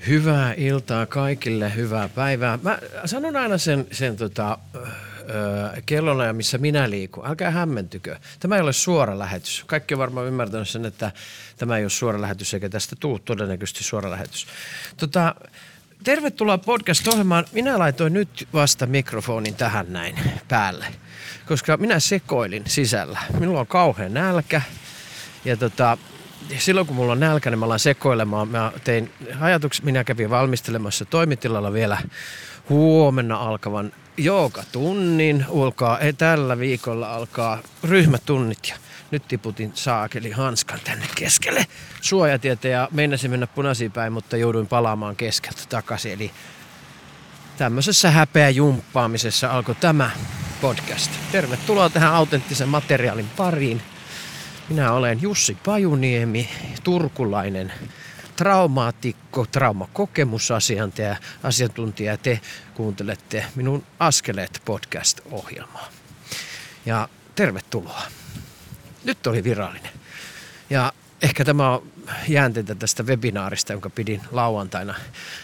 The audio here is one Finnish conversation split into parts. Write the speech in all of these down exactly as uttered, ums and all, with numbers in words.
Hyvää iltaa kaikille, hyvää päivää. Mä sanon aina sen, sen tota, öö, kellona, missä minä liikun. Älkää hämmentykö. Tämä ei ole suora lähetys. Kaikki on varmaan ymmärtänyt sen, että tämä ei ole suora lähetys, eikä tästä tule todennäköisesti suora lähetys. Tota, tervetuloa podcast-ohjelmaan. Minä laitoin nyt vasta mikrofonin tähän näin päälle, koska minä sekoilin sisällä. Minulla on kauhea nälkä ja tota... Silloin kun mulla on nälkä, niin mä alan sekoilemaan. Mä tein ajatuksia, minä kävin valmistelemassa toimitilalla vielä huomenna alkavan joogatunnin. Ulkaa, tällä viikolla alkaa ryhmätunnit ja nyt tiputin saakeli hanskan tänne keskelle suojatietä ja meinasin mennä punaisiin päin, mutta jouduin palaamaan keskeltä takaisin. Eli tämmöisessä häpeäjumppaamisessa alkoi tämä podcast. Tervetuloa tähän autenttisen materiaalin pariin. Minä olen Jussi Pajuniemi, turkulainen traumaatikko, traumakokemusasiantuntija, asiantuntija. Te kuuntelette minun Askeleet podcast-ohjelmaa. Ja tervetuloa. Nyt oli virallinen. Ja ehkä tämä on jäänteitä tästä webinaarista, jonka pidin lauantaina.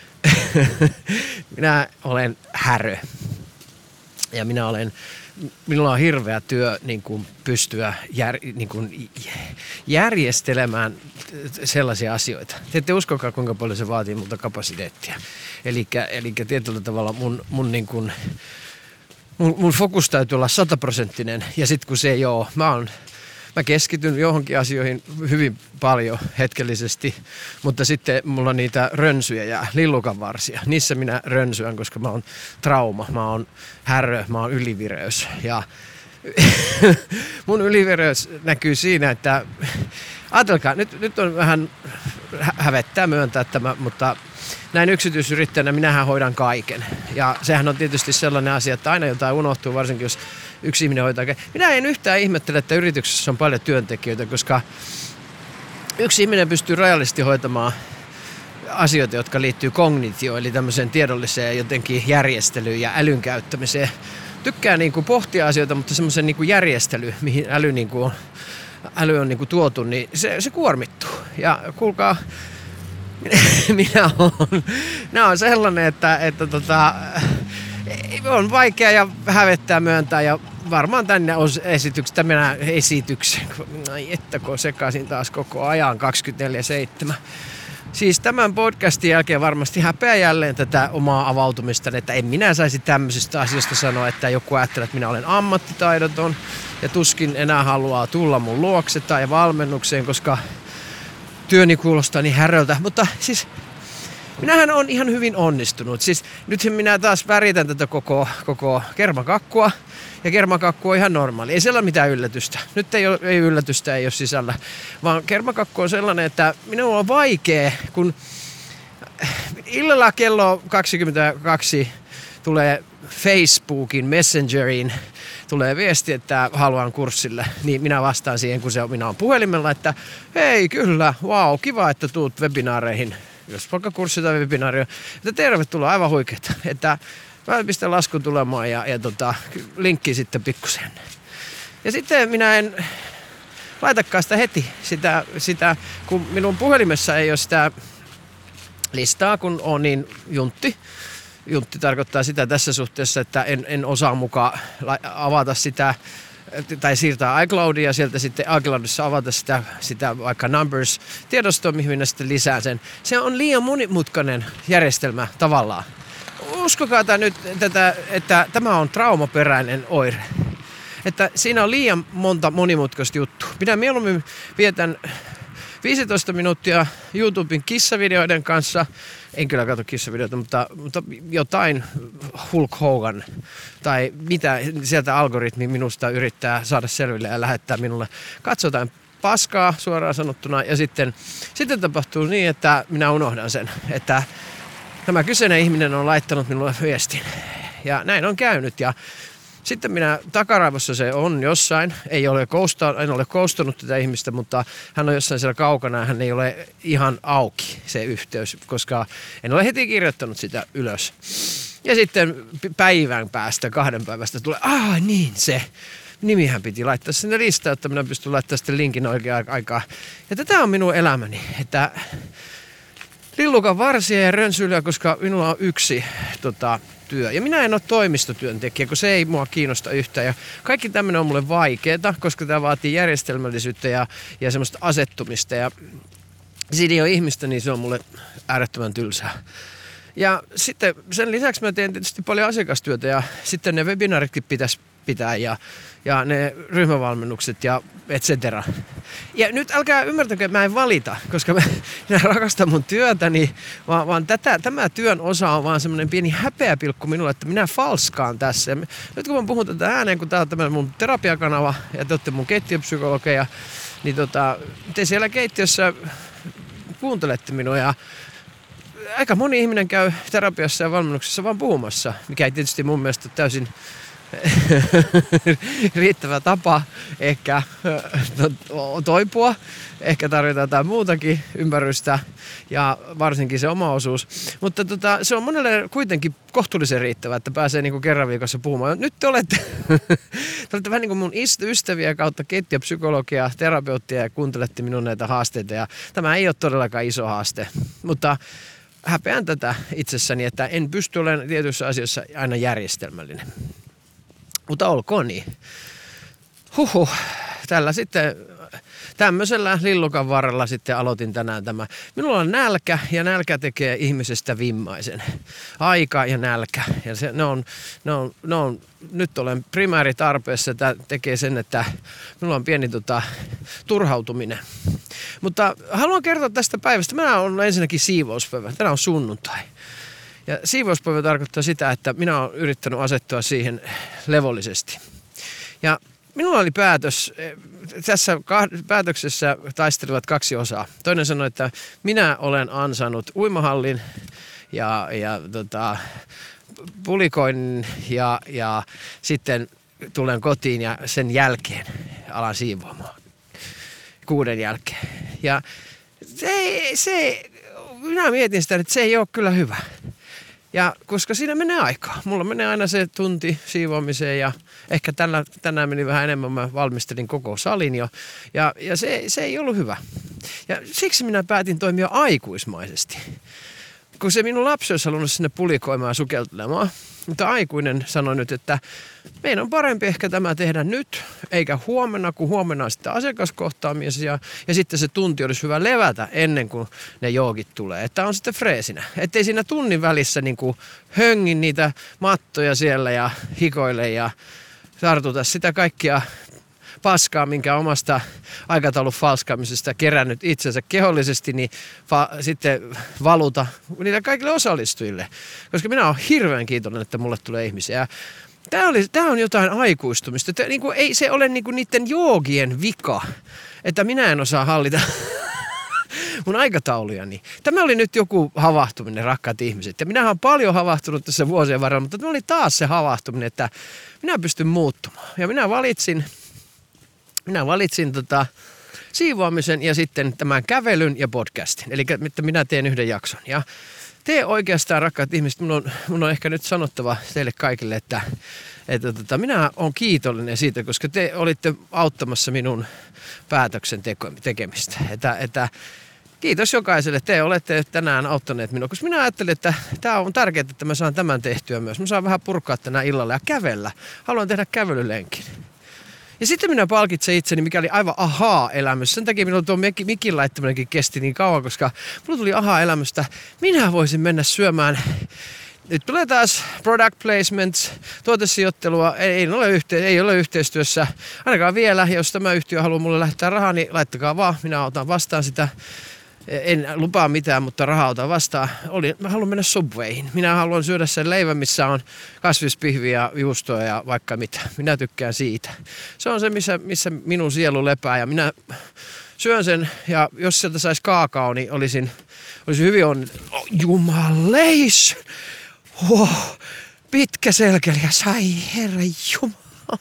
Minä olen Härö. Ja minä olen... Minulla on hirveä työ niin kuin pystyä jär, niin kuin järjestelemään sellaisia asioita. Te ette uskokaa, kuinka paljon se vaatii multa kapasiteettia. Elikkä, elikkä tietyllä tavalla mun, mun, niin kuin, mun, mun fokus täytyy olla sataprosenttinen. Ja sitten kun se ei ole, mä, on, mä keskityn johonkin asioihin hyvin paljon hetkellisesti. Mutta sitten mulla on niitä rönsyjä ja lillukanvarsia. Niissä minä rönsyän, koska mä oon trauma, mä oon härö, mä oon ylivireys. Ja mun ylivireys näkyy siinä, että ajatelkaa, nyt, nyt on vähän hävettää myöntää tämä, mutta näin yksityisyrittäjänä minähän hoidan kaiken. Ja sehän on tietysti sellainen asia, että aina jotain unohtuu, varsinkin jos yksi ihminen hoitaa kaiken. Minä en yhtään ihmettele, että yrityksessä on paljon työntekijöitä, koska yksi ihminen pystyy rajallisesti hoitamaan asioita, jotka liittyy kognitioon, eli tämmöiseen tiedolliseen jotenkin järjestelyyn ja älyn käyttämiseen. Tykkää niin kuin pohtia asioita, mutta semmoisen niin kuin järjestely, mihin äly, niin kuin, äly on niin kuin tuotu, niin se, se kuormittuu. Ja kuulkaa, minä olen, minä olen sellainen, että, että tota, on vaikea ja hävettää myöntää ja varmaan tänne on esityksestä minä esityksen. Ai että kun sekaisin taas koko ajan kaksikymmentäneljä seitsemän. Siis tämän podcastin jälkeen varmasti häpeä jälleen tätä omaa avautumista, että en minä saisi tämmöisistä asioista sanoa, että joku ajattelee, että minä olen ammattitaidoton ja tuskin enää haluaa tulla mun luokse tai valmennukseen, koska työni kuulostaa niin häröltä. Mutta siis minähän on ihan hyvin onnistunut. Siis nythän minä taas väritän tätä koko, koko kermakakkua. Ja kermakakku on ihan normaali. Ei siellä ole mitään yllätystä. Nyt ei, ole, ei yllätystä ei ole sisällä. Vaan kermakakku on sellainen, että minulla on vaikea, kun illalla kello kaksikymmentäkaksi tulee Facebookin, Messengeriin, tulee viesti, että haluan kurssille. Niin minä vastaan siihen, kun se, minä olen puhelimella, että hei kyllä, vau, wow, kiva, että tuut webinaareihin. Jos vaikka kurssi tai webinaari on, että tervetuloa, aivan huikeeta. Että mä pistän laskun tulemaan ja, ja tota, linkki sitten pikkusen. Ja sitten minä en laitakaan sitä heti, sitä, sitä, kun minun puhelimessa ei ole sitä listaa, kun on niin juntti. Juntti tarkoittaa sitä tässä suhteessa, että en, en osaa mukaan avata sitä tai siirtää iCloudia ja sieltä sitten iCloudissa avata sitä, sitä vaikka Numbers-tiedostoa, mihin minä sitten lisään sen. Se on liian monimutkainen järjestelmä tavallaan. Uskokaa tämä nyt, tätä, että tämä on traumaperäinen oire. Että siinä on liian monta monimutkaista juttua. Minä mieluummin vietän viisitoista minuuttia YouTuben kissavideoiden kanssa. En kyllä katso kissavideoita, mutta, mutta jotain Hulk Hogan tai mitä sieltä algoritmi minusta yrittää saada selville ja lähettää minulle. Katsotaan paskaa suoraan sanottuna ja sitten, sitten tapahtuu niin, että minä unohdan sen, että tämä kyseinen ihminen on laittanut minulle viestin ja näin on käynyt ja sitten minä takaraivossa se on jossain, ei ole kousta, en ole koustanut tätä ihmistä, mutta hän on jossain siellä kaukana ja hän ei ole ihan auki se yhteys, koska en ole heti kirjoittanut sitä ylös. Ja sitten päivän päästä, kahden päivästä tulee, aah niin se, nimihän piti laittaa sinne listaan, että minä pystyn laittamaan sitten linkin oikeaan aikaan. Ja tätä on minun elämäni, että lillukan varsia ja rönsylyä, koska minulla on yksi tota, työ. Ja minä en ole toimistotyöntekijä, kun se ei mua kiinnosta yhtään. Ja kaikki tämmöinen on mulle vaikeeta, koska tämä vaatii järjestelmällisyyttä ja, ja semmoista asettumista. Ja siinä ei ole ihmistä, niin se on mulle äärettömän tylsää. Ja sitten sen lisäksi mä teen tietysti paljon asiakastyötä ja sitten ne webinaaritkin pitäisi pitää ja, ja ne ryhmävalmennukset ja et cetera. Ja nyt älkää ymmärtäkö, että mä en valita, koska mä, minä rakastan mun työtäni, vaan, vaan tätä, tämä työn osa on vaan semmoinen pieni häpeäpilkku minulle, että minä falskaan tässä. Ja nyt kun mä puhun tätä ääneen, kun tää on tämä mun terapiakanava ja te olette mun keittiöpsykologeja, niin tota, te siellä keittiössä kuuntelette minua ja aika moni ihminen käy terapiassa ja valmennuksessa vaan puhumassa, mikä ei tietysti mun mielestä täysin riittävä tapa ehkä toipua. Ehkä tarvitaan jotain muutakin ymmärrystä ja varsinkin se oma osuus. Mutta tota, se on monelle kuitenkin kohtuullisen riittävä, että pääsee niinku kerran viikossa puhumaan. Nyt te olette, te olette vähän niin kuin mun ystäviä kautta keittiöpsykologia, terapeuttia ja kuuntelette minun näitä haasteita. Ja tämä ei ole todellakaan iso haaste, mutta häpeän tätä itsessäni, että en pysty olemaan tietyissä asioissa aina järjestelmällinen. Mutta olkoon niin. Huhhuh. Tällä sitten, tämmöisellä lillukan varrella sitten aloitin tänään tämä. Minulla on nälkä ja nälkä tekee ihmisestä vimmaisen. Aika ja nälkä. Ja se, ne on, ne on, ne on, nyt olen primääritarpeessa. Tämä tekee sen, että minulla on pieni tota, turhautuminen. Mutta haluan kertoa tästä päivästä. Minä olen ensinnäkin siivouspäivä. Tänään on sunnuntai. Ja siivouspäivä tarkoittaa sitä, että minä olen yrittänyt asettua siihen levollisesti. Ja minulla oli päätös, tässä päätöksessä taistelivat kaksi osaa. Toinen sanoi, että minä olen ansainnut uimahallin ja, ja tota, pulikoin ja, ja sitten tulen kotiin ja sen jälkeen alan siivoamaan. Kuuden jälkeen. Ja se, se, minä mietin sitä, että se ei ole kyllä hyvä. Ja koska siinä menee aikaa. Mulla menee aina se tunti siivoamiseen ja ehkä tällä, tänään meni vähän enemmän. Mä valmistelin koko salin jo. Ja, ja se, se ei ollut hyvä. Ja siksi minä päätin toimia aikuismaisesti. Kun se minun lapsi olisi halunnut sinne pulikoimaan ja sukeltelemaan. Mutta aikuinen sanoi nyt, että meidän on parempi ehkä tämä tehdä nyt, eikä huomenna, kun huomenna on sitten asiakaskohtaamisia. Ja, ja sitten se tunti olisi hyvä levätä ennen kuin ne joogit tulee. Että on sitten freesinä. Ettei siinä tunnin välissä niin kuin höngin niitä mattoja siellä ja hikoile ja tartuta sitä kaikkia paskaa, minkä omasta aikataulun falskaamisesta kerännyt itsensä kehollisesti, niin va- sitten valuta niille kaikille osallistujille. Koska minä olen hirveän kiitollinen, että mulle tulee ihmisiä. Tämä, oli, tämä on jotain aikuistumista. Tämä, niin kuin, ei se ole niin kuin niiden joogien vika, että minä en osaa hallita mun aikataulujani. Tämä oli nyt joku havahtuminen, rakkaat ihmiset. Ja minähän olen paljon havahtunut tässä vuosien varrella, mutta tämä oli taas se havahtuminen, että minä pystyn muuttumaan. Ja minä valitsin Minä valitsin tota, siivoamisen ja sitten tämän kävelyn ja podcastin. Eli että minä teen yhden jakson. Ja te oikeastaan, rakkaat ihmiset, minun on, minun on ehkä nyt sanottava teille kaikille, että, että tota, minä olen kiitollinen siitä, koska te olitte auttamassa minun päätöksen teko, tekemistä. Että, että kiitos jokaiselle. Te olette tänään auttaneet minua, koska minä ajattelin, että tämä on tärkeää, että mä saan tämän tehtyä myös. Mä saan vähän purkaa tänään illalla ja kävellä. Haluan tehdä kävelylenkin. Ja sitten minä palkitsen itseni, mikä oli aivan ahaa-elämys. Sen takia minulla tuo mikin laittaminenkin kesti niin kauan, koska minulla tuli ahaa-elämystä. Minä voisin mennä syömään. Nyt tulee taas product placements, tuotesijoittelua. Ei ole, yhte- ei ole yhteistyössä ainakaan vielä. Jos tämä yhtiö haluaa mulle lähettää rahaa, niin laittakaa vaan. Minä otan vastaan sitä. En lupaa mitään, mutta rahaa otan vastaan. Oli, mä haluan mennä Subwayhin. Minä haluan syödä sen leivän, missä on kasvispihviä, juustoa ja vaikka mitä. Minä tykkään siitä. Se on se, missä, missä minun sielu lepää ja minä syön sen. Ja jos sieltä saisi kaakao, niin olisin, olisin hyvin onnellinen. Oh, jumaleis! Oh, pitkä selkäliä, sai herra jumala.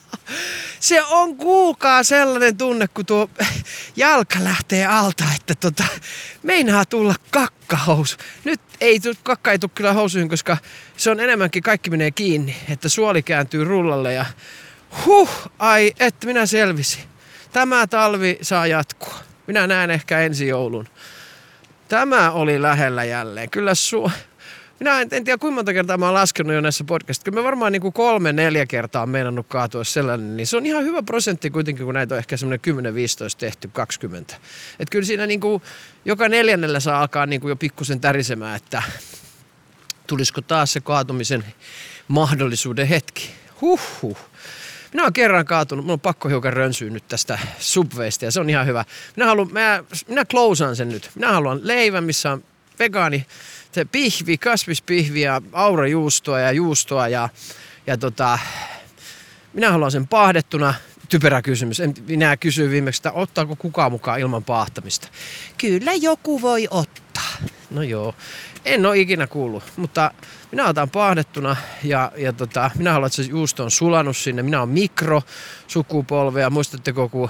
Se on kuulkaa sellainen tunne, kun tuo jalka lähtee alta, että tota, meinaa tulla kakkahousu. Nyt ei tule, kakka ei tule kyllä housuihin, koska se on enemmänkin kaikki menee kiinni, että suoli kääntyy rullalle ja huh, ai, että minä selvisin. Tämä talvi saa jatkua. Minä näen ehkä ensi joulun. Tämä oli lähellä jälleen. Kyllä su... Minä en, en tiedä kuinka monta kertaa mä oon laskenut jo näissä podcastissa. Kyllä me varmaan niin kuin kolme, neljä kertaa on meinannut kaatua sellainen. Niin se on ihan hyvä prosentti kuitenkin, kun näitä on ehkä semmoinen kymmenen viisitoista tehty, kaksikymmentä. Että kyllä siinä niin kuin joka neljännellä saa alkaa niin kuin jo pikkusen tärisemään, että tulisiko taas se kaatumisen mahdollisuuden hetki. Huhhuh. Minä olen kerran kaatunut, minun on pakko hiukan rönsyä nyt tästä Subwaysta ja se on ihan hyvä. Minä, haluan, minä, minä klousaan sen nyt. Minä haluan leivän, missä on vegaani, se pihvi, kasvispihvi ja aurajuustoa ja juustoa ja, ja tota, minä haluan sen paahdettuna. Typerä kysymys. En minä kysyin viimeksi, että ottaako kukaan mukaan ilman paahtamista. Kyllä joku voi ottaa. No joo, en ole ikinä kuullut, mutta minä otan paahdettuna ja, ja tota, minä haluan, että se juusto on sulanut sinne. Minä olen mikrosukupolvea. Muistatteko, kun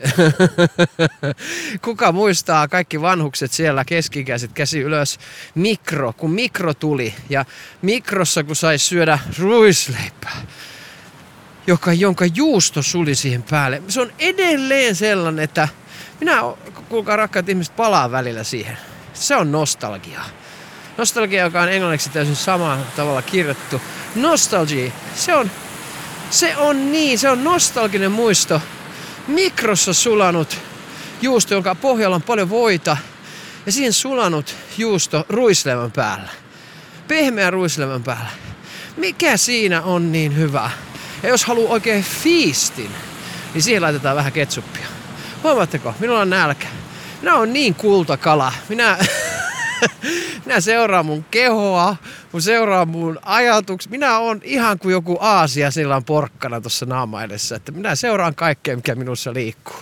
kuka muistaa kaikki vanhukset siellä keskikäiset käsi ylös? Mikro, kun mikro tuli ja mikrossa kun saisi syödä ruisleipää, joka, jonka juusto suli siihen päälle. Se on edelleen sellainen, että minä, kuulkaa rakkaat ihmiset, palaan välillä siihen. Se on nostalgiaa. Nostalgia, joka on englanniksi täysin samalla tavalla kirjoitettu. Nostalgia. Se on, se on niin, se on nostalginen muisto. Mikrossa sulanut juusto, jonka pohjalla on paljon voita. Ja siihen sulanut juusto ruisleivän päällä. Pehmeä ruisleivän päällä. Mikä siinä on niin hyvä? Ja jos haluaa oikein fiistin, niin siihen laitetaan vähän ketsuppia. Huomaatteko? Minulla on nälkä. Minä olen niin kultakala. Minä, minä seuraan mun kehoa, mun seuraan mun ajatuksia. Minä olen ihan kuin joku Aasia, sillä on porkkana tuossa naama edessä. Että minä seuraan kaikkea, mikä minussa liikkuu.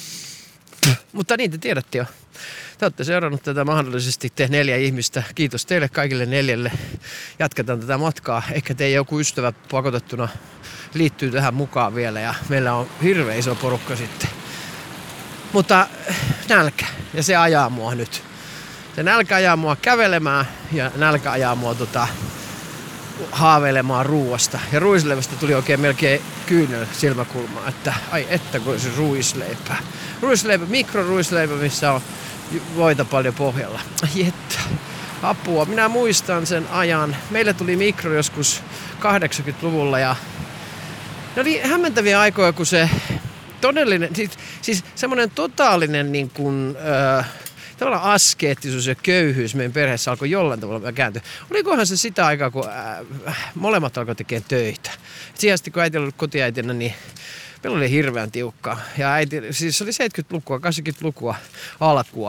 Mutta niin te tiedätte jo. Te olette seurannut tätä mahdollisesti te neljä ihmistä. Kiitos teille kaikille neljälle. Jatketaan tätä matkaa. Ehkä teidän joku ystävä pakotettuna liittyy tähän mukaan vielä ja meillä on hirveän iso porukka sitten. Mutta nälkä ja se ajaa mua nyt. Se nälkä ajaa mua kävelemään ja nälkä ajaa mua tota, haaveilemaan ruuasta. Ja ruisleivästä tuli oikein melkein kyynel silmäkulmaa, että ai että kun se ruisleipää. Ruisleipä, mikroruisleipä, missä on voita paljon pohjalla. Ai että, apua. Minä muistan sen ajan. Meille tuli mikro joskus kahdeksankymmentäluvulla ja ne oli hämmentäviä aikoja, kun se todellinen, siis, siis semmoinen totaalinen niin kuin, äh, tavallaan askeettisuus ja köyhyys meidän perheessä alkoi jollain tavalla kääntyä. Olikohan se sitä aikaa, kun äh, molemmat alkoi tekemään töitä. Siihen asti, kun äiti oli ollut kotiäitinä, niin meillä oli hirveän tiukkaa. Ja äiti, siis se oli seitsemänkymmentälukua, kahdeksankymmentälukua alkua.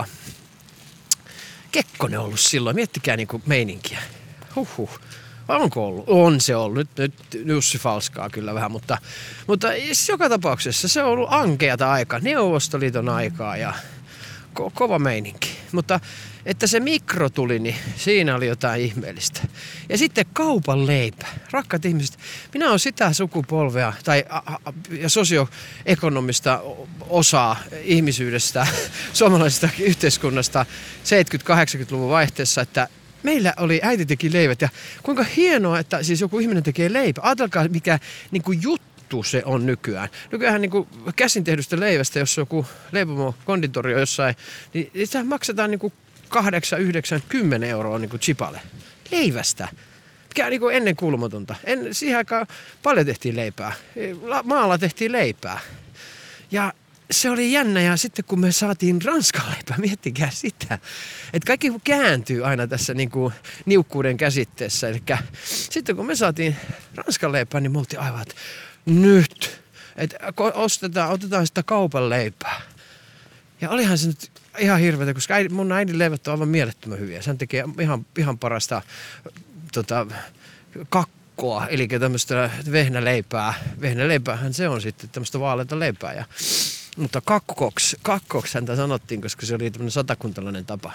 Kekkonen ollut silloin, miettikää niin kuin meininkiä. Huhhuh. Onko ollut? On se ollut. Nyt, nyt Jussi falskaa kyllä vähän, mutta, mutta joka tapauksessa se on ollut ankeata aikaa, Neuvostoliiton aikaa ja ko- kova meininki. Mutta että se mikro tuli, niin siinä oli jotain ihmeellistä. Ja sitten kaupan leipä. Rakkaat ihmiset, minä olen sitä sukupolvea tai a, a, ja sosioekonomista osaa ihmisyydestä, suomalaisesta yhteiskunnasta seitsemänkymmentä-kahdeksankymmentäluvun vaihteessa, että meillä oli, äiti teki leivät ja kuinka hienoa, että siis joku ihminen tekee leipä. Ajatelkaa, mikä niin kuin juttu se on nykyään. Nykyään niin kuin käsin tehdystä leivästä, jos joku leipomo konditorio jossain, niin sitä maksetaan niin kuin kahdeksan, yhdeksän, kymmenen euroa niin kuin chipale. Leivästä. Mikä on niin kuin ennen kuulumatonta. En, siihen aikaan paljon tehtiin leipää. Maalla tehtiin leipää. Ja se oli jännä ja sitten kun me saatiin ranskaleipää, miettikää sitä. Että kaikki kääntyy aina tässä niin kuin niukkuuden käsitteessä. Eli sitten kun me saatiin ranskaleipää, niin me oltiin aivan, että nyt. Että ostetaan, otetaan sitä kaupan leipää. Ja olihan se nyt ihan hirveätä, koska äidin, mun äidin leivät on aivan mielettömän hyviä. Hän tekee ihan, ihan parasta tota, kakkoa, eli tämmöistä vehnäleipää. Vehnäleipäähän se on sitten tämmöistä vaaleita leipää. Ja mutta kakkoks, kakkoks häntä sanottiin, koska se oli tämmöinen satakuntalainen tapa.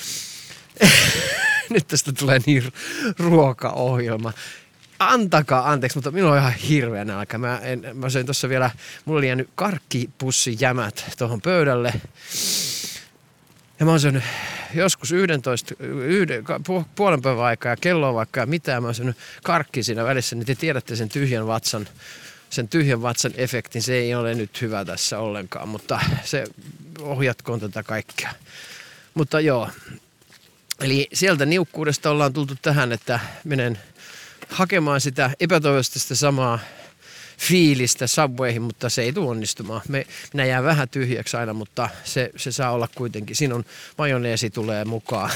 Nyt tästä tulee niin ruokaohjelma. Antakaa anteeksi, mutta minulla on ihan hirveä nälkä. Mä, en, mä söin tuossa vielä, mulla oli jäänyt karkkipussijämät tuohon pöydälle. Ja mä oon syönyt joskus yhdentoista, yhden, puolen päivän aikaa ja kello on vaikka ja mitään. Mä oon syönyt karkki siinä välissä, niin te tiedätte sen tyhjän vatsan. Sen tyhjän vatsan efektin, se ei ole nyt hyvä tässä ollenkaan, mutta se ohjatkoon tätä kaikkea. Mutta joo, Eli sieltä niukkuudesta ollaan tultu tähän, että menen hakemaan sitä epätoivoisesti sitä samaa fiilistä Subwayhin, mutta se ei tule onnistumaan. Me, minä jään vähän tyhjäksi aina, mutta se, se saa olla kuitenkin. Sinun majoneesi tulee mukaan.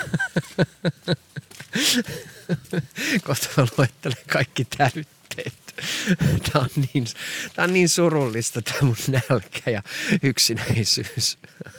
Kohta mä luettelen kaikki täytteet. Tämä on niin, tämä on niin surullista tämä mun nälkä ja yksinäisyys.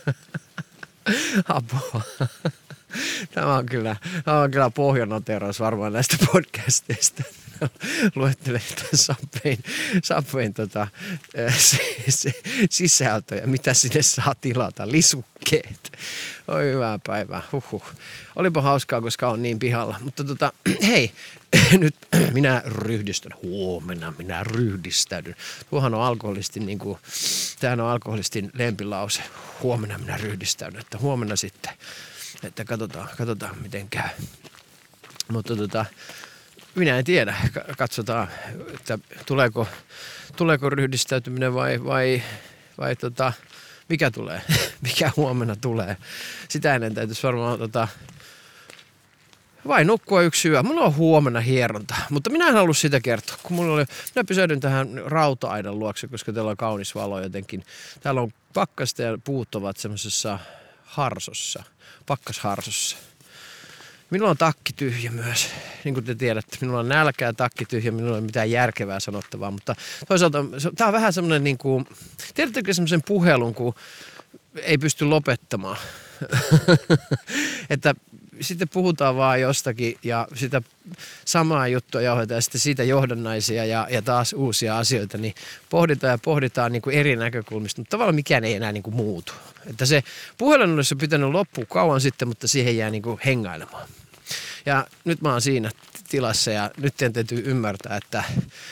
Apua. Tämä on kyllä, tämä on kyllä pohjanoteraus varmaan näistä podcasteista. Luettelen Subwayn, Subwayn tota, se, se, sisältöjä, mitä sinne saa tilata, lisukkeet. Oi hyvää päivää, huhhuh. Olipa hauskaa, koska on niin pihalla. Mutta tota, hei, nyt minä ryhdistyn, huomenna minä ryhdistäydyn. Tuohan on alkoholistin, niin kuin, tämähän on alkoholistin lempilause, huomenna minä ryhdistäydyn, että huomenna sitten, että katsotaan, katsotaan miten käy. Mutta tota, minä en tiedä, katsotaan, että tuleeko, tuleeko ryhdistäytyminen vai, vai, vai tota, mikä tulee, mikä huomenna tulee. Sitä ennen täytyisi varmaan tota, vai nukkua yksi yö. Mulla on huomenna hieronta, mutta minä en halua sitä kertoa, kun mulla oli, minä pysähdyn tähän rauta-aidan luokse, koska täällä on kaunis valo jotenkin. Täällä on pakkasta ja puut ovat semmoisessa harsossa, pakkasharsossa. Minulla on takki tyhjä myös, niin kuin te tiedätte. Minulla on nälkää, takki tyhjä, minulla ei ole mitään järkevää sanottavaa, mutta toisaalta tämä on vähän semmoinen, niin kuin, tiedättekö semmoisen puhelun, kun ei pysty lopettamaan. Että sitten puhutaan vaan jostakin ja sitä samaa juttua jauhetaan ja sitten siitä johdannaisia ja, ja taas uusia asioita, niin pohditaan ja pohditaan niin kuin eri näkökulmista, mutta tavallaan mikään ei enää niin kuin muutu. Että se puhelun olisi pitänyt loppua kauan sitten, mutta siihen jää niin kuin hengailemaan. Ja nyt mä oon siinä tilassa ja nyt täytyy ymmärtää, että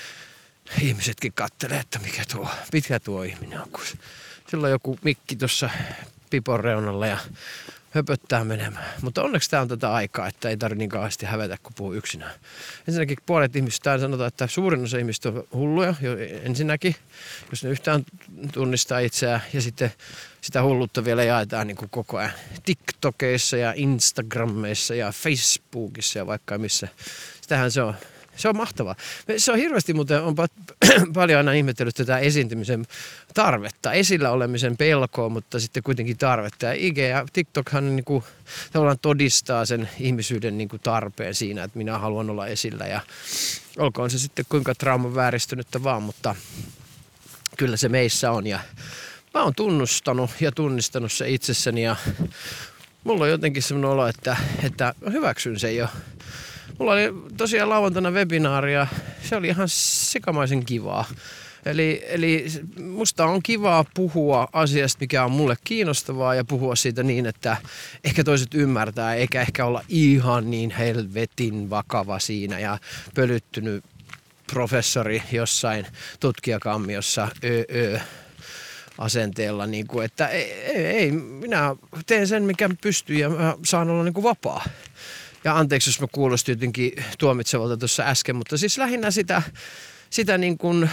ihmisetkin kattelee, että mikä tuo, pitkä tuo ihminen on. Kun sillä on joku mikki tuossa pipon reunalla ja höpöttää menemään. Mutta onneksi tämä on tätä aikaa, että ei tarvitse niin kauheasti hävetä, kun puhuu yksinään. Ensinnäkin puolet ihmistä sanotaan, että suurin osa ihmistä on hulluja jo ensinnäkin, jos ne yhtään tunnistaa itseään. Ja sitten sitä hulluutta vielä jaetaan niin kuin koko ajan TikTokeissa ja Instagrameissa ja Facebookissa ja vaikka missä. Sitähän se on. Se on mahtavaa. Se on hirveästi, mutta on paljon aina ihmetellyt tätä esiintymisen tarvetta, esillä olemisen pelkoa, mutta sitten kuitenkin tarvetta. Ja I G ja TikTokhan niin kuin, tavallaan todistaa sen ihmisyyden niin kuin tarpeen siinä, että minä haluan olla esillä. Ja olkoon se sitten kuinka trauman vääristynyttä vaan, mutta kyllä se meissä on. Ja mä oon tunnustanut ja tunnistanut se itsessäni ja mulla on jotenkin sellainen olo, että, että hyväksyn sen jo. Mulla oli tosiaan lauantaina webinaari ja se oli ihan sekamaisen kivaa. Eli, eli musta on kivaa puhua asiasta, mikä on mulle kiinnostavaa ja puhua siitä niin, että ehkä toiset ymmärtää, eikä ehkä olla ihan niin helvetin vakava siinä ja pölyttynyt professori jossain tutkijakammiossa öö asenteella, niin kuin, että ei, ei, ei, minä teen sen, mikä pystyy ja mä saan olla niin kuin vapaa. Ja anteeksi, jos mä kuulostin jotenkin tuomitsevalta tuossa äsken, mutta siis lähinnä sitä, sitä niin kuin,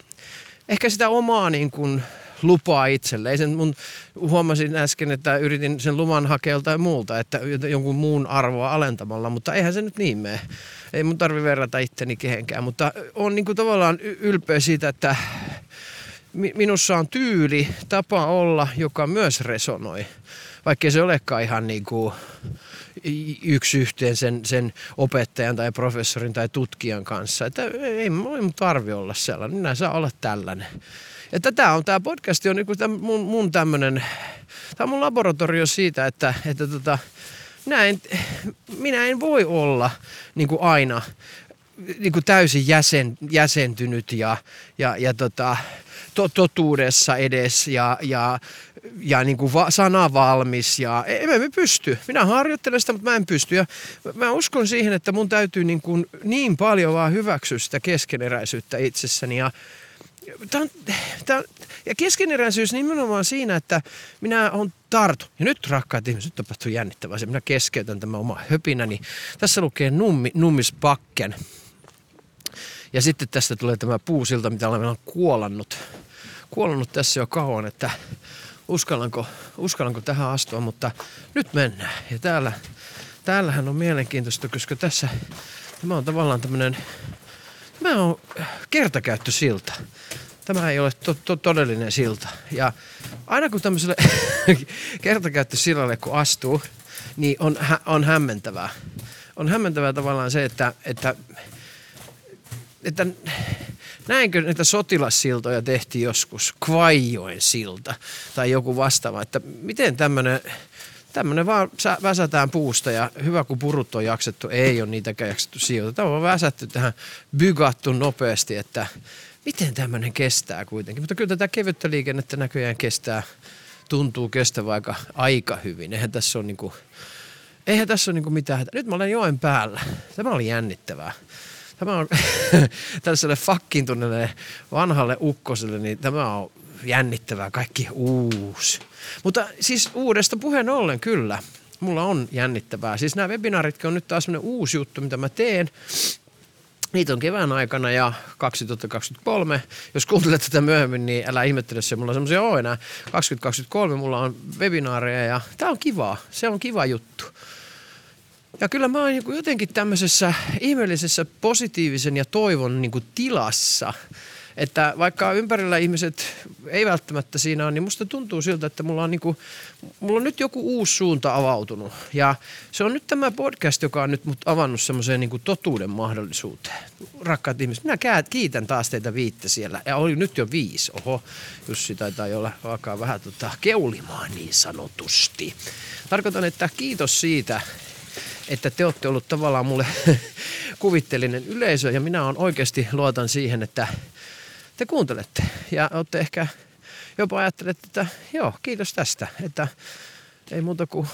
ehkä sitä omaa niin kuin lupaa itselle. Ei sen mun, huomasin äsken, että yritin sen luvan hakea joltain muulta, että jonkun muun arvoa alentamalla, mutta eihän se nyt niin mene. Ei mun tarvi verrata itteni kehenkään, mutta on niin kuin tavallaan ylpeä siitä, että minussa on tyyli, tapa olla, joka myös resonoi. Vaikkei se olekaan ihan niin kuin yksi yhteen sen, sen opettajan tai professorin tai tutkijan kanssa. Että ei mun tarvi olla sellainen, minä saa olla tällainen. Ja tätä on, tämä podcast on niin kuin mun, mun tämmöinen, tämä on mun laboratorio siitä, että, että tota, minä, en, minä en voi olla niin kuin aina niin kuin täysin jäsen, jäsentynyt ja, ja, ja tota, to, totuudessa edes ja, ja, ja niin kuin va, sanavalmis. Ja, en mä pysty. Minä harjoittelen sitä, mutta mä en pysty. Ja mä uskon siihen, että mun täytyy niin, kuin niin paljon vaan hyväksyä sitä keskeneräisyyttä itsessäni. Ja, tämän, tämän, ja keskeneräisyys nimenomaan siinä, että minä on tartu. Ja nyt rakkaat ihmiset, nyt tapahtuu jännittävää. Minä keskeytän tämän oma höpinäni. Tässä lukee nummi, nummisbacken. Ja sitten tästä tulee tämä puusilta, mitä olen kuolannut. Kuolannut tässä jo kauan, että uskallanko, uskallanko tähän astua, mutta nyt mennään. Ja täällä, täällähän on mielenkiintoista, koska tässä tämä on tavallaan tämmöinen, tämä on kertakäyttösilta. Tämä ei ole to, to, todellinen silta. Ja aina kun tämmöiselle kertakäyttösillalle kun astuu, niin on, hä, on hämmentävää. On hämmentävää tavallaan se, että, että, että näinkö näitä sotilassiltoja tehtiin joskus, Kvaijoen silta tai joku vastaava, että miten tämmöinen, tämmöinen vaan väsätään puusta ja hyvä kun purut on jaksettu, ei ole niitäkään jaksettu sijoita. Tämä on väsätty tähän, bygattu nopeasti, että miten tämmöinen kestää kuitenkin. Mutta kyllä tätä kevyttä liikennettä näköjään kestää, tuntuu kestävä aika, aika hyvin. Eihän tässä ole, niinku, eihän tässä ole niinku mitään. Nyt mä olen joen päällä. Tämä oli jännittävää. Tämä on tällaiselle fakkiintuneelle vanhalle ukkoselle, niin tämä on jännittävää, kaikki uusi. Mutta siis uudesta puheen ollen kyllä, mulla on jännittävää. Siis nämä webinaaritkin on nyt taas sellainen uusi juttu, mitä mä teen. Niitä on kevään aikana ja kaksituhattakaksikymmentäkolme. Jos kuuntelet tätä myöhemmin, niin älä ihmettele se. Mulla on semmoisia ole enää. kaksituhattakaksikymmentäkolme mulla on webinaareja ja tää on kivaa. Se on kiva juttu. Ja kyllä mä oon jotenkin tämmöisessä ihmeellisessä positiivisen ja toivon niin kuin tilassa. Että vaikka ympärillä ihmiset ei välttämättä siinä ole, niin musta tuntuu siltä, että mulla on, niin kuin, mulla on nyt joku uusi suunta avautunut. Ja se on nyt tämä podcast, joka on nyt mut avannut semmoiseen niin kuin totuuden mahdollisuuteen. Rakkaat ihmiset, minä kiitän taas teitä viittä siellä. Ja oli nyt jo viisi. Oho, Jussi taitaa olla alkaa vähän tota, keulimaan niin sanotusti. Tarkoitan, että kiitos siitä, että te olette ollut tavallaan mulle kuvitteellinen yleisö. Ja minä on oikeasti luotan siihen, että te kuuntelette ja olette ehkä jopa ajattelette, että joo, kiitos tästä, että ei muuta kuin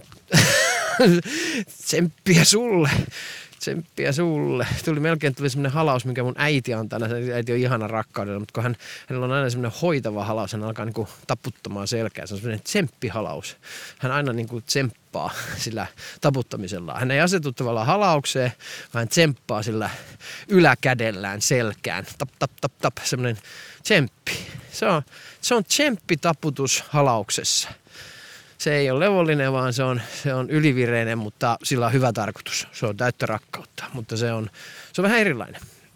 tsemppiä sulle, tsemppiä sulle. Tuli melkein tuli semmoinen halaus, minkä mun äiti antaa. Äiti on ihana rakkaudella, mutta kun hän, hänellä on aina semmoinen hoitava halaus, hän alkaa niin kuin taputtamaan selkää. Se on semmoinen tsemppihalaus. Hän aina niin kuin tsemppaa sillä taputtamisellaan. Hän ei asetu tavallaan halaukseen, vaan tsemppaa sillä yläkädellään selkään. Tap, tap, tap, tap, semmoinen tsemppi. Se on, se on tsemppitaputus halauksessa. Se ei ole levollinen, vaan se on, se on ylivireinen, mutta sillä on hyvä tarkoitus. Se on täyttä rakkautta, mutta se on, se on vähän erilainen.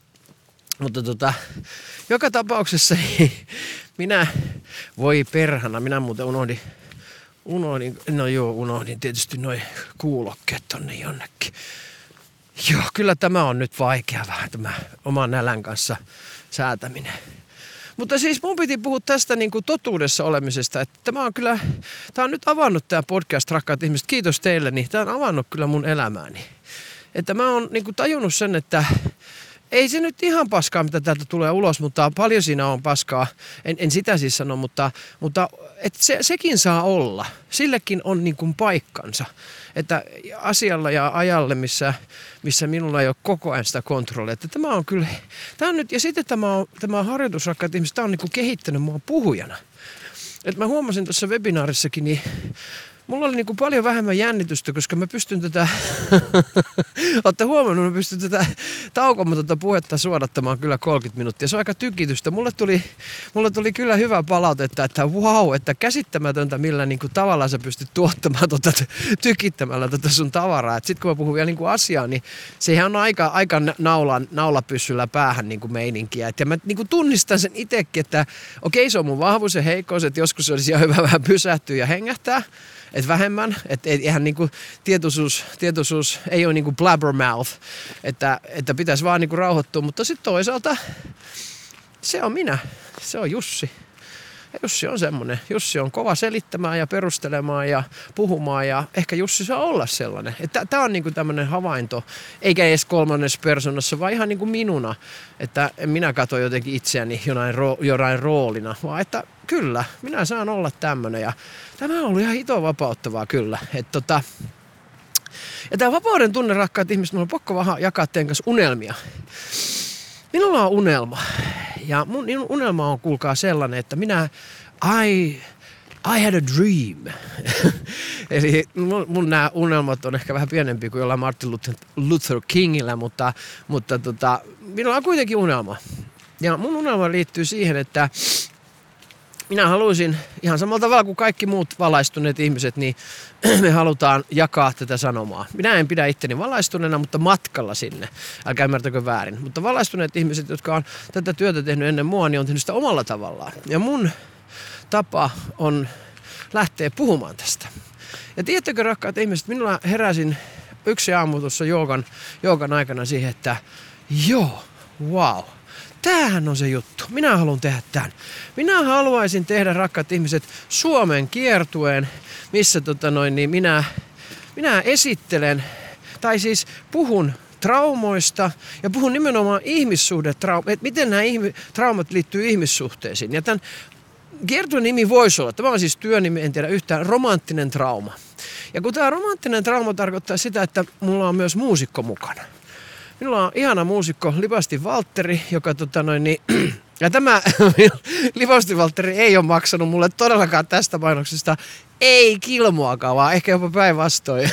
Mutta tota, joka tapauksessa minä, voi perhana, minä muuten unohdin, unohdin, no joo, unohdin tietysti noi kuulokkeet tonne jonnekin. Joo, kyllä tämä on nyt vaikea vähän tämä oman nälän kanssa säätäminen. Mutta siis mun piti puhua tästä niin kuin totuudessa olemisesta, että tämä on kyllä, tämä on nyt avannut tämä podcast, rakkaat ihmiset, kiitos teille, niin tämä on avannut kyllä mun elämääni. Että mä oon niin kuin tajunnut sen, että ei se nyt ihan paskaa, mitä täältä tulee ulos, mutta paljon siinä on paskaa, en, en sitä siis sano, mutta, mutta että se, sekin saa olla, sillekin on niin kuin paikkansa. Että asialla ja ajalle, missä, missä minulla ei ole koko ajan sitä kontrollia. Että tämä on kyllä, tämä on nyt, ja sitten tämä, on, tämä harjoitus, rakkaat ihmiset, tämä on niin kuin kehittänyt mua puhujana. Että mä huomasin tuossa webinaarissakin, niin mulla oli niin kuin paljon vähemmän jännitystä, koska mä pystyn tätä, olette huomannut, mä pystyn tätä taukomatonta puhetta suodattamaan kyllä kolmekymmentä minuuttia. Se on aika tykitystä. Mulle tuli, mulle tuli kyllä hyvä palautetta, että wow, että käsittämätöntä, millä niin kuin tavallaan sä pystyt tuottamaan tota, tykittämällä tota sun tavaraa. Sitten kun mä puhun vielä niin kuin asiaa, niin sehän on aika, aika naula, naulapyssyllä päähän niin kuin meininkiä. Et ja mä niin kuin tunnistan sen itsekin, että okei, se on mun vahvuus ja heikkous, että joskus olisi ihan hyvä vähän pysähtyä ja hengähtää. Että vähemmän, että eihän niinku tietoisuus, tietoisuus ei ole niinku blabbermouth, että, että pitäisi vaan niinku rauhoittua, mutta sitten toisaalta se on minä, se on Jussi. Ja Jussi on semmoinen. Jussi on kova selittämään ja perustelemaan ja puhumaan ja ehkä Jussi saa olla sellainen. Tämä on niinku tämmöinen havainto, eikä edes kolmannessa persoonassa, vaan ihan niinku minuna. Että en minä katso jotenkin itseäni jonain, ro, jonain roolina, vaan että kyllä, minä saan olla tämmöinen. Ja tämä on ollut ihan hito vapauttavaa kyllä. Et tota, ja tämä vapauden tunne, rakkaat ihmiset, minulla on pakko vähän jakaa teidän kanssa unelmia. Minulla on unelma. Ja mun unelma on, kuulkaa, sellainen, että minä, I, I had a dream. Eli mun, mun nämä unelmat on ehkä vähän pienempiä kuin jollain Martin Luther, Luther Kingillä, mutta, mutta tota, minulla on kuitenkin unelma. Ja mun unelma liittyy siihen, että minä haluaisin, ihan samalla tavalla kuin kaikki muut valaistuneet ihmiset, niin me halutaan jakaa tätä sanomaa. Minä en pidä itteni valaistuneena, mutta matkalla sinne. Älkää ymmärtäkö väärin. Mutta valaistuneet ihmiset, jotka on tätä työtä tehnyt ennen mua, niin on tehnyt sitä omalla tavallaan. Ja mun tapa on lähteä puhumaan tästä. Ja tiedättekö, rakkaat ihmiset, minulla heräsin yksi aamu tuossa joogan, joogan aikana siihen, että joo, wow. Tämähän on se juttu. Minä haluan tehdä tämän. Minä haluaisin tehdä, rakkaat ihmiset, Suomen kiertueen, missä tota noin, niin minä, minä esittelen, tai siis puhun traumoista ja puhun nimenomaan ihmissuhdetraumoista, että miten nämä ihmi, traumat liittyy ihmissuhteisiin. Ja tämän kiertueen nimi voisi olla, tämä on siis työnimi, en tiedä yhtään, romanttinen trauma. Ja kun tämä romanttinen trauma tarkoittaa sitä, että mulla on myös muusikko mukana. Minulla on ihana muusikko Lipasti Valtteri, joka tota noin niin, ja tämä Lipasti Valtteri ei ole maksanut mulle todellakaan tästä mainoksesta, ei kilmoakaan, vaan ehkä jopa päinvastoin.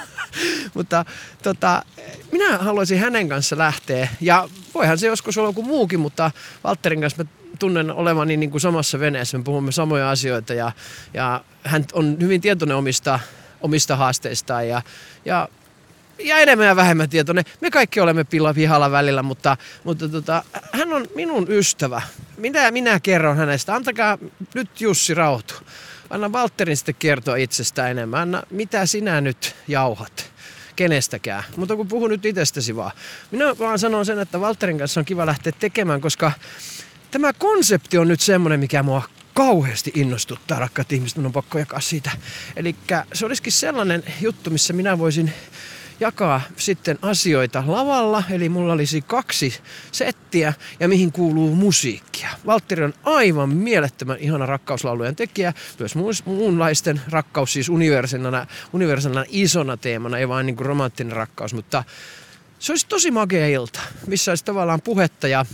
Mutta tota, minä haluaisin hänen kanssa lähteä, ja voihan se joskus olla joku muukin, mutta Valtterin kanssa mä tunnen olevani niin kuin samassa veneessä, me puhumme samoja asioita, ja, ja hän on hyvin tietoinen omista, omista haasteistaan, ja, ja Ja enemmän ja vähemmän tietoinen. Me kaikki olemme pilla pihalla välillä, mutta, mutta tota, hän on minun ystävä. Minä, minä kerron hänestä. Antakaa nyt Jussi rauhoitu. Anna Valtterin sitten kertoa itsestään enemmän. Anna, mitä sinä nyt jauhat? Kenestäkään. Mutta kun puhun nyt itsestäsi vaan. Minä vaan sanon sen, että Valtterin kanssa on kiva lähteä tekemään, koska tämä konsepti on nyt semmoinen, mikä mua kauheasti innostuttaa, rakkaat ihmiset. Minun on pakko jakaa siitä. Eli se olisikin sellainen juttu, missä minä voisin jakaa sitten asioita lavalla, eli mulla olisi kaksi settiä ja mihin kuuluu musiikkia. Valtteri on aivan mielettömän ihana rakkauslaulujen tekijä, myös muunlaisten rakkaus, siis universaalina, universaalina isona teemana, ei vain niin kuin romanttinen rakkaus, mutta se olisi tosi makea ilta, missä olisi tavallaan puhetta ja,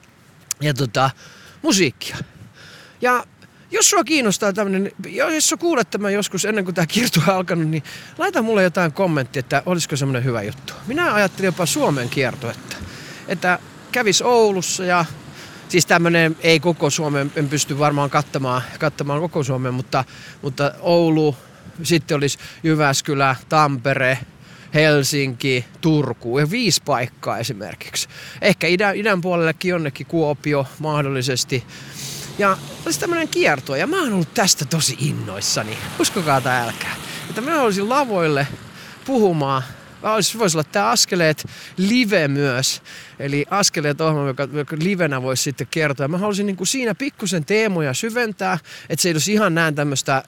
ja tota, musiikkia. Ja jos sua kiinnostaa tämmönen, jos sä kuulet tämän joskus ennen kuin tää kiertue on alkanut, niin laita mulle jotain kommenttia, että olisiko semmonen hyvä juttu. Minä ajattelin jopa Suomen kiertuetta, että kävis Oulussa ja siis tämmönen, ei koko Suomen, en pysty varmaan kattamaan, kattamaan koko Suomen, mutta, mutta Oulu, sitten olisi Jyväskylä, Tampere, Helsinki, Turku ja viisi paikkaa esimerkiksi. Ehkä idän, idän puolellekin jonnekin Kuopio mahdollisesti. Ja olisi tämmöinen kierto, ja mä oon ollut tästä tosi innoissani. Uskokaa tai älkää. Että mä olisin lavoille puhumaan. Voisi olla tää Askeleet live myös. Eli Askeleet ohjelma, joka, joka livenä voisi sitten kertoa. Mä haluaisin niin kuin siinä pikkusen teemoja syventää, että se ei olisi ihan näin tämmöistä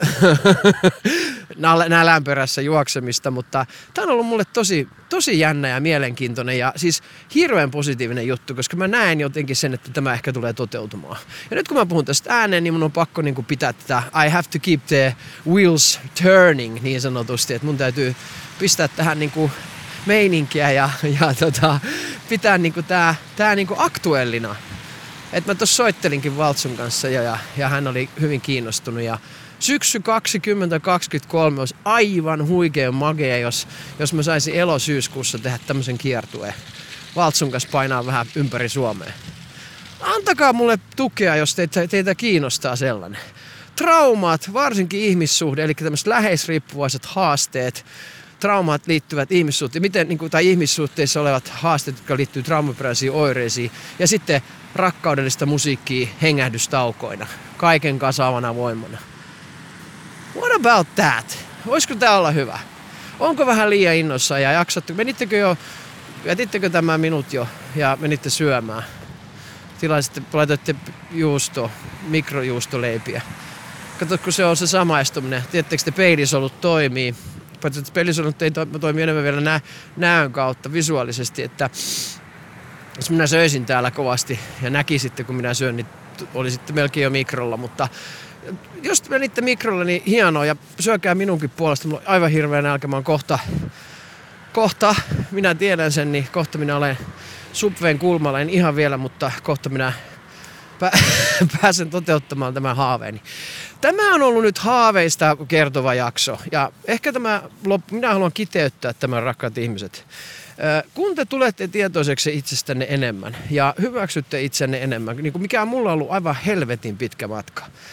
nälän perässä juoksemista, mutta tää on ollut mulle tosi, tosi jännä ja mielenkiintoinen ja siis hirveän positiivinen juttu, koska mä näen jotenkin sen, että tämä ehkä tulee toteutumaan. Ja nyt kun mä puhun tästä ääneen, niin mun on pakko niin kuin pitää tätä I have to keep the wheels turning niin sanotusti, että mun täytyy pistää tähän niin kuin meininkiä ja, ja tota, pitää niinku tää, tää niinku aktuellina. Et mä tossa soittelinkin Valtsun kanssa ja, ja, ja hän oli hyvin kiinnostunut. Ja syksy kaksituhattakaksikymmentäkolme olisi aivan huikean magea, jos, jos mä saisin elo-syyskuussa tehdä tämmösen kiertueen. Valtsun kanssa painaa vähän ympäri Suomea. Antakaa mulle tukea, jos teitä, teitä kiinnostaa sellainen. Traumat, varsinkin ihmissuhde, eli tämmöiset läheisriippuvaiset haasteet, traumaat liittyvät ihmissuhteisiin, miten, niin kuin, tai ihmissuhteissa olevat haasteet, jotka liittyy traumaperäisiin oireisiin, ja sitten rakkaudellista musiikkia hengähdystaukoina, kaiken kasaavana voimana. What about that? Voisiko tää olla hyvä? Onko vähän liian innossa ja jaksatte? Menittekö jo, jätittekö tämän minut jo ja menitte syömään? Tilaisitte, laitoitte juusto, mikrojuustoleipiä. Katsotko, se on se samaistuminen. Tiedättekö, te peilisolut toimii. Paitsi että peilisolut ei toimi enemmän vielä nä- näön kautta visuaalisesti, että jos minä söisin täällä kovasti ja näkisitte, kun minä syön, niin olisitte melkein jo mikrolla, mutta jos menitte mikrolla, niin hienoa ja syökää minunkin puolesta. Mulla on aivan hirveä nälkä, mä oon kohta, kohta, minä tiedän sen, niin kohta minä olen Subween kulmalla, en ihan vielä, mutta kohta minä pääsen toteuttamaan tämän haaveeni. Tämä on ollut nyt haaveista kertova jakso ja ehkä tämä loppu, minä haluan kiteyttää tämän, rakkaat ihmiset. Kun te tulette tietoiseksi itsestänne enemmän ja hyväksytte itsenne enemmän, niin kuin mikä on mulla ollut aivan helvetin pitkä matka,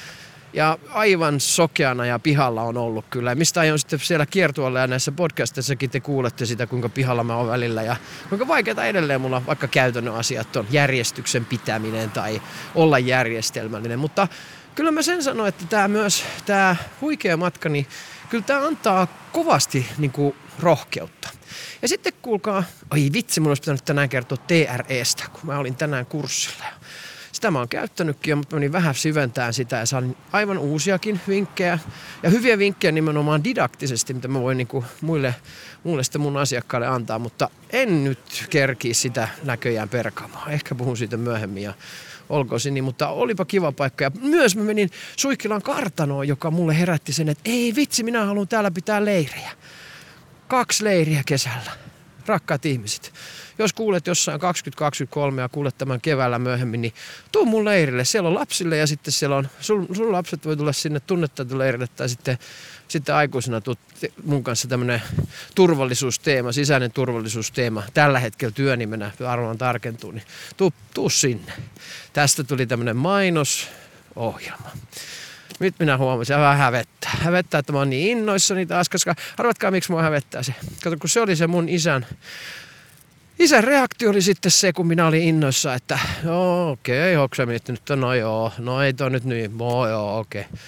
Ja aivan sokeana ja pihalla on ollut kyllä. Mistä aion sitten siellä kiertueella ja näissä podcasteissakin te kuulette sitä, kuinka pihalla mä oon välillä. Ja kuinka vaikeaa edelleen mulla vaikka käytännön asiat on järjestyksen pitäminen tai olla järjestelmällinen. Mutta kyllä mä sen sanon, että tämä myös, tämä huikea matka, niin kyllä tämä antaa kovasti niin kuin rohkeutta. Ja sitten kuulkaa, oi vitsi, mun olisi pitänyt tänään kertoa T R E:stä, kun mä olin tänään kurssilla. Sitä mä oon käyttänytkin, mutta menin vähän syventämään sitä ja saan aivan uusiakin vinkkejä. Ja hyviä vinkkejä nimenomaan didaktisesti, mitä mä voin niin kuin muille, muille sitten mun asiakkaille antaa. Mutta en nyt kerkiä sitä näköjään perkaamaan. Ehkä puhun siitä myöhemmin ja olkoon niin, mutta olipa kiva paikka. Ja myös mä menin Suikkilan kartanoon, joka mulle herätti sen, että ei vitsi, minä haluan täällä pitää leiriä. Kaksi leiriä kesällä. Rakkaat ihmiset. Jos kuulet jossain kaksikymmentä kaksikymmentäkolme ja kuulet tämän keväällä myöhemmin, niin tuu mun leirille. Siellä on lapsille ja sitten siellä on, sun, sun lapset voi tulla sinne tunnetaitoleirille tai sitten, sitten aikuisena tuut mun kanssa tämmönen turvallisuusteema, sisäinen turvallisuusteema. Tällä hetkellä työnimenä varmaan tarkentuu, niin tuu, tuu sinne. Tästä tuli tämmönen mainosohjelma. Nyt minä huomasin, että vähän hävettää. Hävettää, että mä oon niin innoissani taas, koska arvatkaa miksi mua hävettää se. Kato, kun se oli se mun isän, isän reaktio oli sitten se, kun minä olin innoissa, että joo, okei, okay, onko sä miettinyt, no joo, no ei toi nyt niin, no joo, okei. Okay.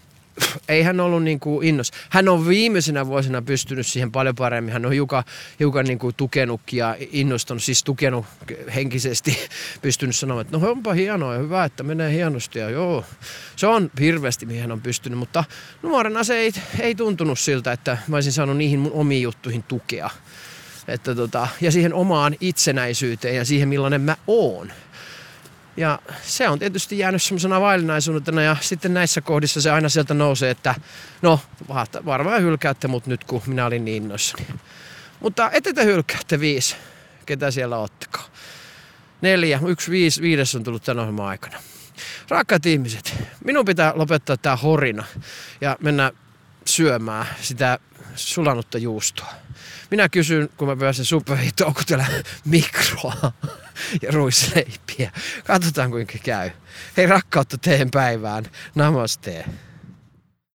Ei hän ollut niin kuin innossa. Hän on viimeisenä vuosina pystynyt siihen paljon paremmin. Hän on hiukan, hiukan niin kuin tukenutkin ja innostunut, siis tukenut henkisesti, pystynyt sanomaan, että no onpa hienoa ja hyvä, että menee hienosti ja joo. Se on hirveästi, mihin hän on pystynyt, mutta nuorena se ei, ei tuntunut siltä, että mä olisin saanut niihin mun omiin juttuihin tukea. Että tota, ja siihen omaan itsenäisyyteen ja siihen millainen mä oon. Ja se on tietysti jäänyt semmoisena vaillinaisuutena ja sitten näissä kohdissa se aina sieltä nousee, että no varmaan hylkäätte mut nyt, kun minä olin niin innoissani. Mutta ette te hylkäätte viisi, ketä siellä oottekaan. Neljä, yksi viisi, viides on tullut tämän ohjelman aikana. Rakkaat ihmiset, minun pitää lopettaa tää horina ja mennä syömään sitä sulanutta juustoa. Minä kysyn, kun mä pääsen Superhiin toukutella mikroa ja ruisleipiä. Katsotaan kuinka käy. Hei, rakkautta teidän päivään. Namaste.